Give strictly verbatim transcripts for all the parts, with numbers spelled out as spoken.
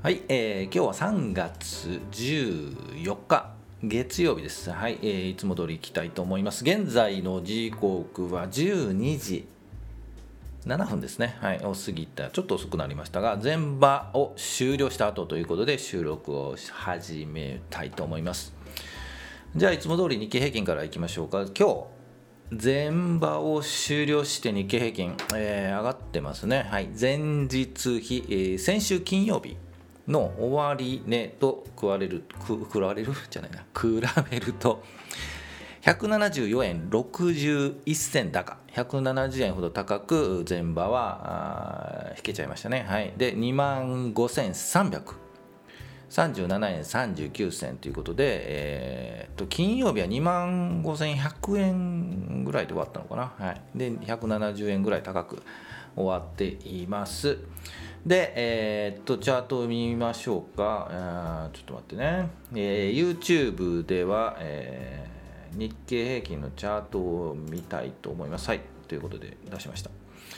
はい、えー、今日はさんがつじゅうよっか月曜日です。はい、えー、いつも通り行きたいと思います。現在の時刻はじゅうにじななふんですね。はい、を過ぎた、ちょっと遅くなりましたが、前場を終了した後ということで収録を始めたいと思います。じゃあいつも通り日経平均からいきましょうか。今日前場を終了して日経平均、えー、上がってますね。はい、前日比、えー、先週金曜日の終値と食われる食われるじゃないな比べるとひゃくななじゅうよえんろくじゅういっせん高、ひゃくななじゅうえんほど高く前場は引けちゃいましたね。はい、で にまんごせんさんびゃくさんじゅうななえんさんじゅうきゅうせんということで、えー、と金曜日はにまんごせんひゃくえんぐらいで終わったのかな。はい、でひゃくななじゅうえんぐらい高く終わっています。で、えー、っとチャートを見ましょうか。あちょっと待ってね、えー、YouTube では、えー、日経平均のチャートを見たいと思います。はい、ということで出しました。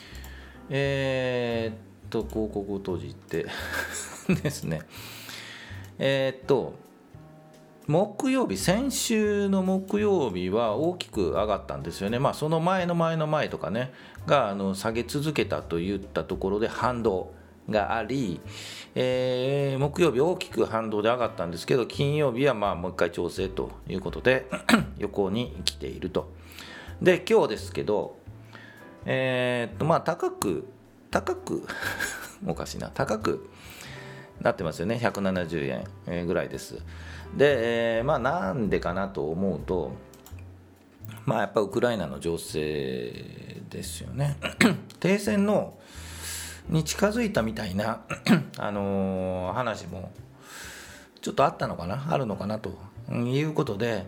えー、っと広告を閉じてですね、えー、っと木曜日、先週の木曜日は大きく上がったんですよね。まあその前の前の前とかねがあの下げ続けたといったところで反動があり、えー、木曜日大きく反動で上がったんですけど、金曜日はまあもう一回調整ということで横に来ていると。で今日ですけど、えー、っとまあ高く高くおかしいな高くなってますよね。ひゃくななじゅうえんぐらいです。で、えー、まあなんでかなと思うと、まあやっぱウクライナの情勢ですよね。停戦のに近づいたみたいなあのー、話もちょっとあったのかなあるのかなということで、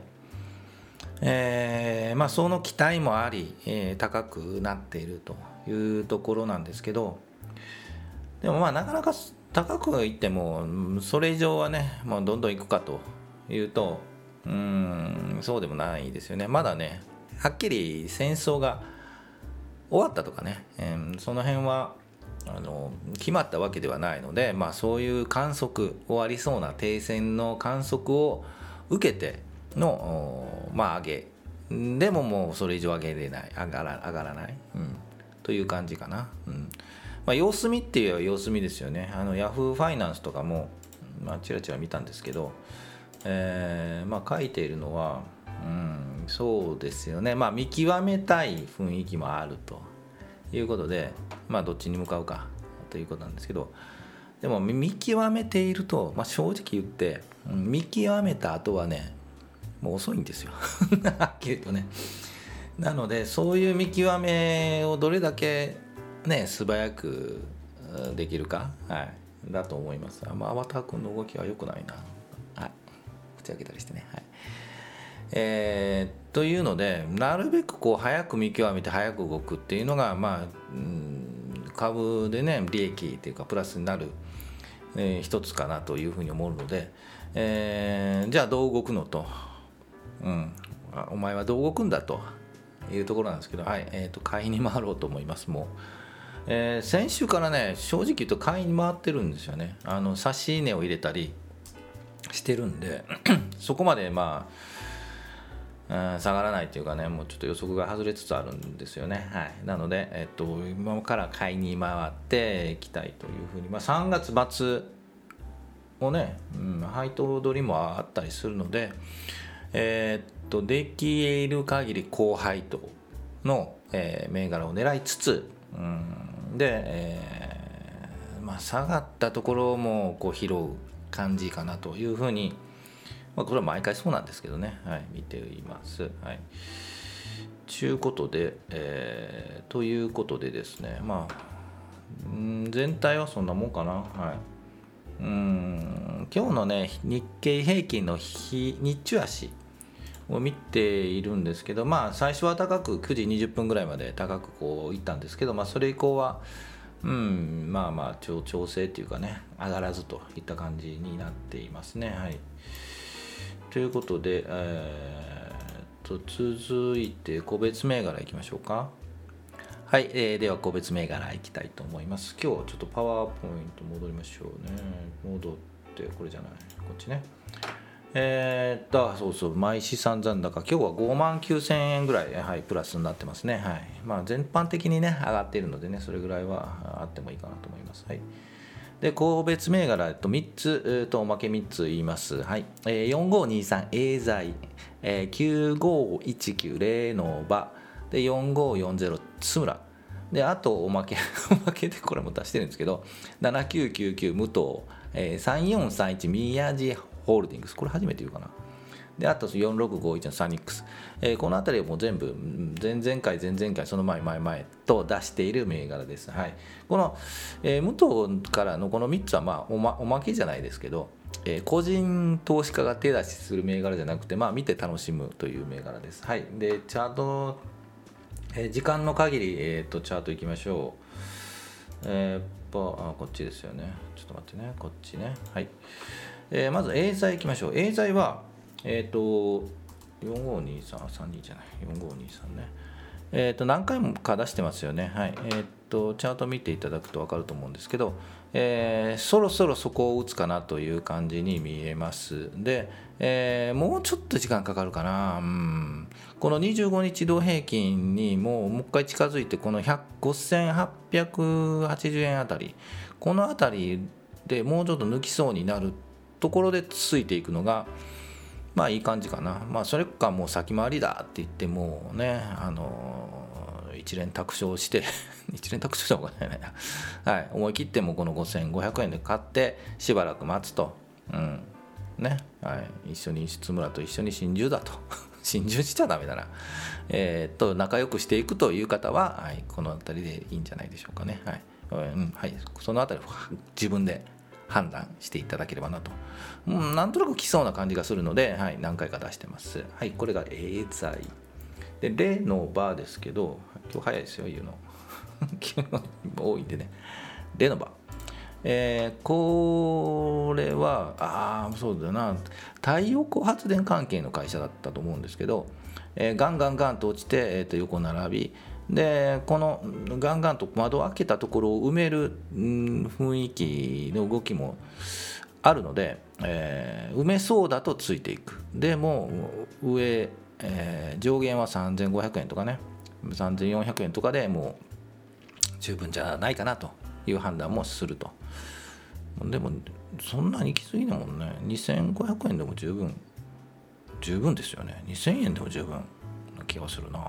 えー、まあその期待もあり、えー、高くなっているというところなんですけど、でもまあなかなか高くいってもそれ以上はね、もうどんどんいくかというと、うーんそうでもないですよね。まだねはっきり戦争が終わったとかね、えー、その辺はあの決まったわけではないので、まあ、そういう観測終わりそうな停戦の観測を受けての、まあ、上げでももうそれ以上上げれない上がら、上がらない、うん、という感じかな。うんまあ、様子見っていう様子見ですよね。あのヤフーファイナンスとかも、まあ、ちらちら見たんですけど、えーまあ、書いているのは、うん、そうですよね、まあ、見極めたい雰囲気もあるということで、まあどっちに向かうかということなんですけど、でも見極めていると、まあ、正直言って見極めた後はねもう遅いんですよはっきりとね。なのでそういう見極めをどれだけね素早くできるか、はい、だと思います。あんまアバター君の動きは良くないな、はい、口開けたりしてね、はいえー、というのでなるべくこう早く見極めて早く動くっていうのが、まあ、うん、株でね利益っていうかプラスになる、えー、一つかなというふうに思うので、えー、じゃあどう動くのと、うん、お前はどう動くんだというところなんですけど、はい、えー、と買いに回ろうと思います。もう、えー、先週からね正直言うと買いに回ってるんですよね。あの差し値を入れたりしてるんでそこまでまあ下がらないというかね、もうちょっと予測が外れつつあるんですよね。はい、なので、えっと、今から買いに回っていきたいというふうに、まあ、さんがつ末もね、うん、配当取りもあったりするので、えー、っとできる限り高配当の、えー、銘柄を狙いつつ、うん、で、えーまあ、下がったところもこう拾う感じかなというふうに、まあ、これは毎回そうなんですけどね、はい、見ています。はい。ちゅうことで、えー、ということでですね、まあ、ん全体はそんなもんかな。はい。うん今日のね、日経平均の日日中足を見ているんですけど、まあ、最初は高くくじにじゅっぷんぐらいまで高くこういったんですけど、まあ、それ以降は、うん、まあまあ調、調整っていうかね、上がらずといった感じになっていますね。はい。ということで、えー、と続いて個別銘柄いきましょうか。 はい、えー、では個別銘柄いきたいと思います。今日はちょっとパワーポイント戻りましょうね。戻ってこれじゃない、こっちね。えー、っとそうそう、毎資産残高今日はごまんきゅうせんえんぐらい、はい、プラスになってますね。はい、まあ全般的にね上がっているのでね、それぐらいはあってもいいかなと思います。はい。で個別銘柄とみっつ、えー、とおまけみっつ言います。はい、えー、よんごにさんエーザイ、えー、きゅうごいちきゅうレノバでよんごよんゼロ津村で、あとおまけおまけでこれも出してるんですけど、ななきゅうきゅうきゅう武藤、えー、さんよんさんいち宮地ホールディングス、これ初めて言うかな。であとよんろくごいちのサニックス、えー、この辺りはもう全部前々回前々回その前前々と出している銘柄です。はい、この、えー、武藤からのこのみっつは、まあ、おまおまけじゃないですけど、えー、個人投資家が手出しする銘柄じゃなくて、まあ、見て楽しむという銘柄です。はい、でチャート、えー、時間の限り、えー、とチャートいきましょう。えー、っとあこっちですよね。ちょっと待ってね、こっちね。はい、えー、まずエーザイいきましょう。エーザイはえっ、ー、とよんごにさん、さんにじゃない、よんごにさんね。えっ、ー、と何回もか出してますよね。はい。えっ、ー、とチャート見ていただくと分かると思うんですけど、えー、そろそろそこを打つかなという感じに見えます。で、えー、もうちょっと時間かかるかな。うん。このにじゅうごにち移動平均にもうもう一回近づいて、このごせんはっぴゃくはちじゅうえんあたり、このあたりでもうちょっと抜きそうになるところでついていくのがまあいい感じかな。まあそれかもう先回りだって言ってもうね、あのー、一連卓勝して一連卓勝した方がないな、はい、思い切ってもこのごせんごひゃくえんで買ってしばらく待つと、うんね、はい、一緒に津村と一緒に心中だと心中しちゃダメだな、えー、と仲良くしていくという方は、はい、この辺りでいいんじゃないでしょうかね。はい、うんはい、その辺り自分で判断していただければなと、うん、なんとなく来そうな感じがするので、はい、何回か出してます。はい、これがエーザイで、レノバですけど、今日早いですよ言うの多いんでね。レノバ、えー、これはああそうだな、太陽光発電関係の会社だったと思うんですけど、えー、ガンガンガンと落ちて、えー、と横並びで、このガンガンと窓を開けたところを埋める、うん、雰囲気の動きもあるので、えー、埋めそうだとついていく。でも上、えー、上限はさんぜんごひゃくえんとかね、さんぜんよんひゃくえんとかでもう十分じゃないかなという判断もすると。でもそんなにきついだもんね。にせんごひゃくえんでも十分十分ですよね。にせんえんでも十分な気がするな。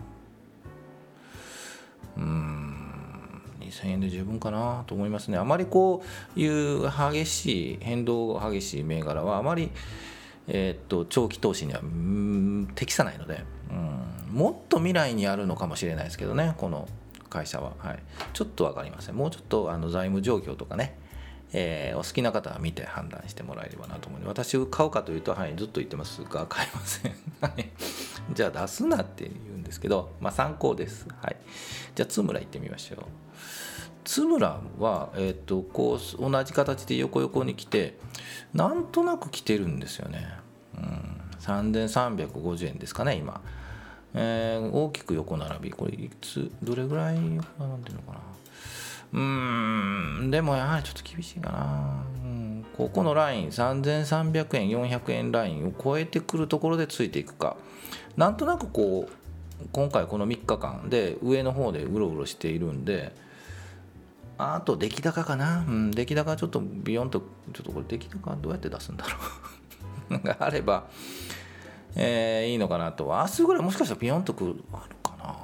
うーんにせんえんで十分かなと思いますね。あまりこういう激しい変動が激しい銘柄はあまり、えー、っと長期投資には適さないので、うん、もっと未来にあるのかもしれないですけどね、この会社は、はい、ちょっと分かりません。もうちょっとあの財務状況とかね、えー、お好きな方は見て判断してもらえればなと思うので、私買うかというと、はい、ずっと言ってますが買えませんじゃあ出すなって言うんですけど、まあ参考です。はい、じゃあ津村行ってみましょう。津村は、えー、とこう同じ形で横横に来てなんとなく来てるんですよね。うん、さんぜんさんびゃくごじゅうえんですかね今、えー、大きく横並び、これいつどれぐらい横並んでるのかな。うーんでもやはりちょっと厳しいかな、うん、ここのラインさんぜんさんびゃくえんよんひゃくえんラインを超えてくるところでついていくか、なんとなくこう今回このみっかかんで上の方でうろうろしているんで、あと出来高かな、うん、出来高ちょっとビヨンと、ちょっとこれ出来高どうやって出すんだろうがあれば、えー、いいのかなと。明日ぐらいもしかしたらビヨンとくるあるかな。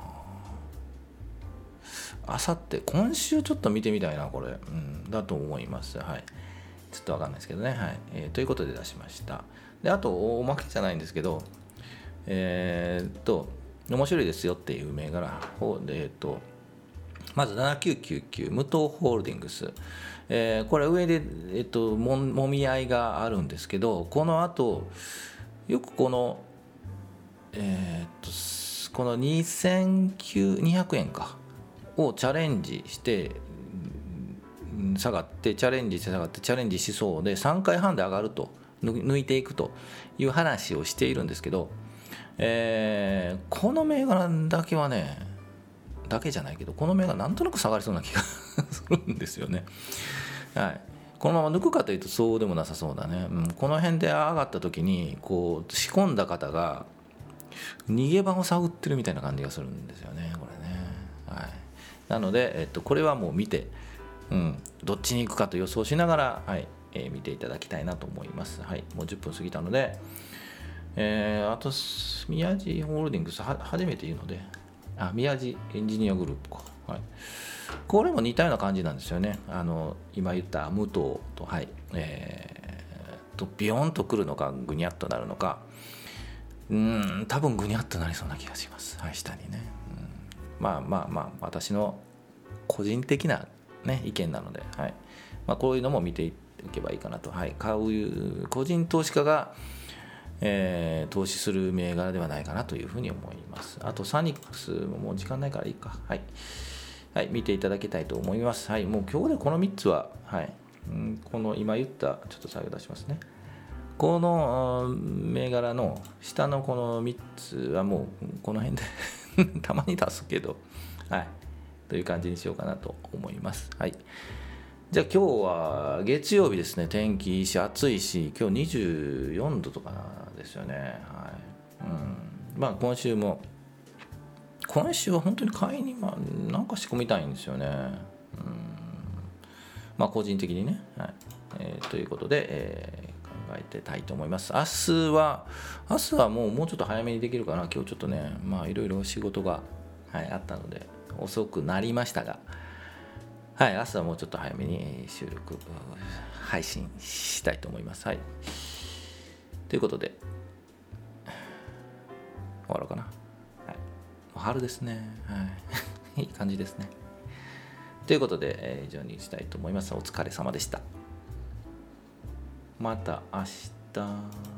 あさって今週ちょっと見てみたいなこれ、うん、だと思います。はい、ちょっとわかんないですけどね。はい、えー、ということで出しました。であとおまけじゃないんですけど、えー、っと面白いですよっていう銘柄を、えー、っとまずななきゅうきゅうきゅう無糖ホールディングス、えー、これ上で、えっと、も, もみ合いがあるんですけど、このあとよくこの、えー、っとこのにせんにひゃくえんかをチャレンジして下がってチャレンジして下がってチャレンジしそうでさんかいはんで上がると抜いていくという話をしているんですけど、えー、この銘柄だけはねだけじゃないけど、この銘柄なんとなく下がりそうな気がするんですよね。はい、このまま抜くかというとそうでもなさそうだね、うん、この辺で上がった時にこう仕込んだ方が逃げ場を探ってるみたいな感じがするんですよね、これね。はい、なので、えっと、これはもう見て、うん、どっちに行くかと予想しながら、はいえー、見ていただきたいなと思います。はい、もうじゅっぷん過ぎたので、えー、あと宮地ホールディングスは初めて言うので、あ宮地エンジニアグループか、はい、これも似たような感じなんですよね。あの今言った武藤と、はいえー、とビヨンとくるのかグニャッとなるのか、うーん多分グニャッとなりそうな気がします、はい、下にね、うん、まあまあまあ私の個人的な、ね、意見なので、はいまあ、こういうのも見ていけばいいかなと、はい、買う個人投資家が、えー、投資する銘柄ではないかなというふうに思います。あとサニックスももう時間ないからいいか、はいはい、見ていただきたいと思います。はい、もう今日でこのみっつは、はい、うん、この今言ったちょっと作業出しますね。この銘柄の下のこのみっつはもうこの辺でたまに出すけど、はい、という感じにしようかなと思います。はい、じゃあ今日は月曜日ですね。天気いいし暑いし、今日にじゅうよんどとかですよね。はいうん、まあ今週も今週は本当に買いに、まあ、なんか仕込みたいんですよね。うんまあ個人的にね。はいえー、ということで、えー考えてたいと思います。明日は明日はもうもうちょっと早めにできるかな。今日ちょっとねまあいろいろ仕事が、はい、あったので遅くなりましたが、はい明日はもうちょっと早めに収録配信したいと思います。はいということで終わろうかな。はい、もう春ですね。はいいい感じですね。ということで、えー、以上にしたいと思います。お疲れ様でした。また明日。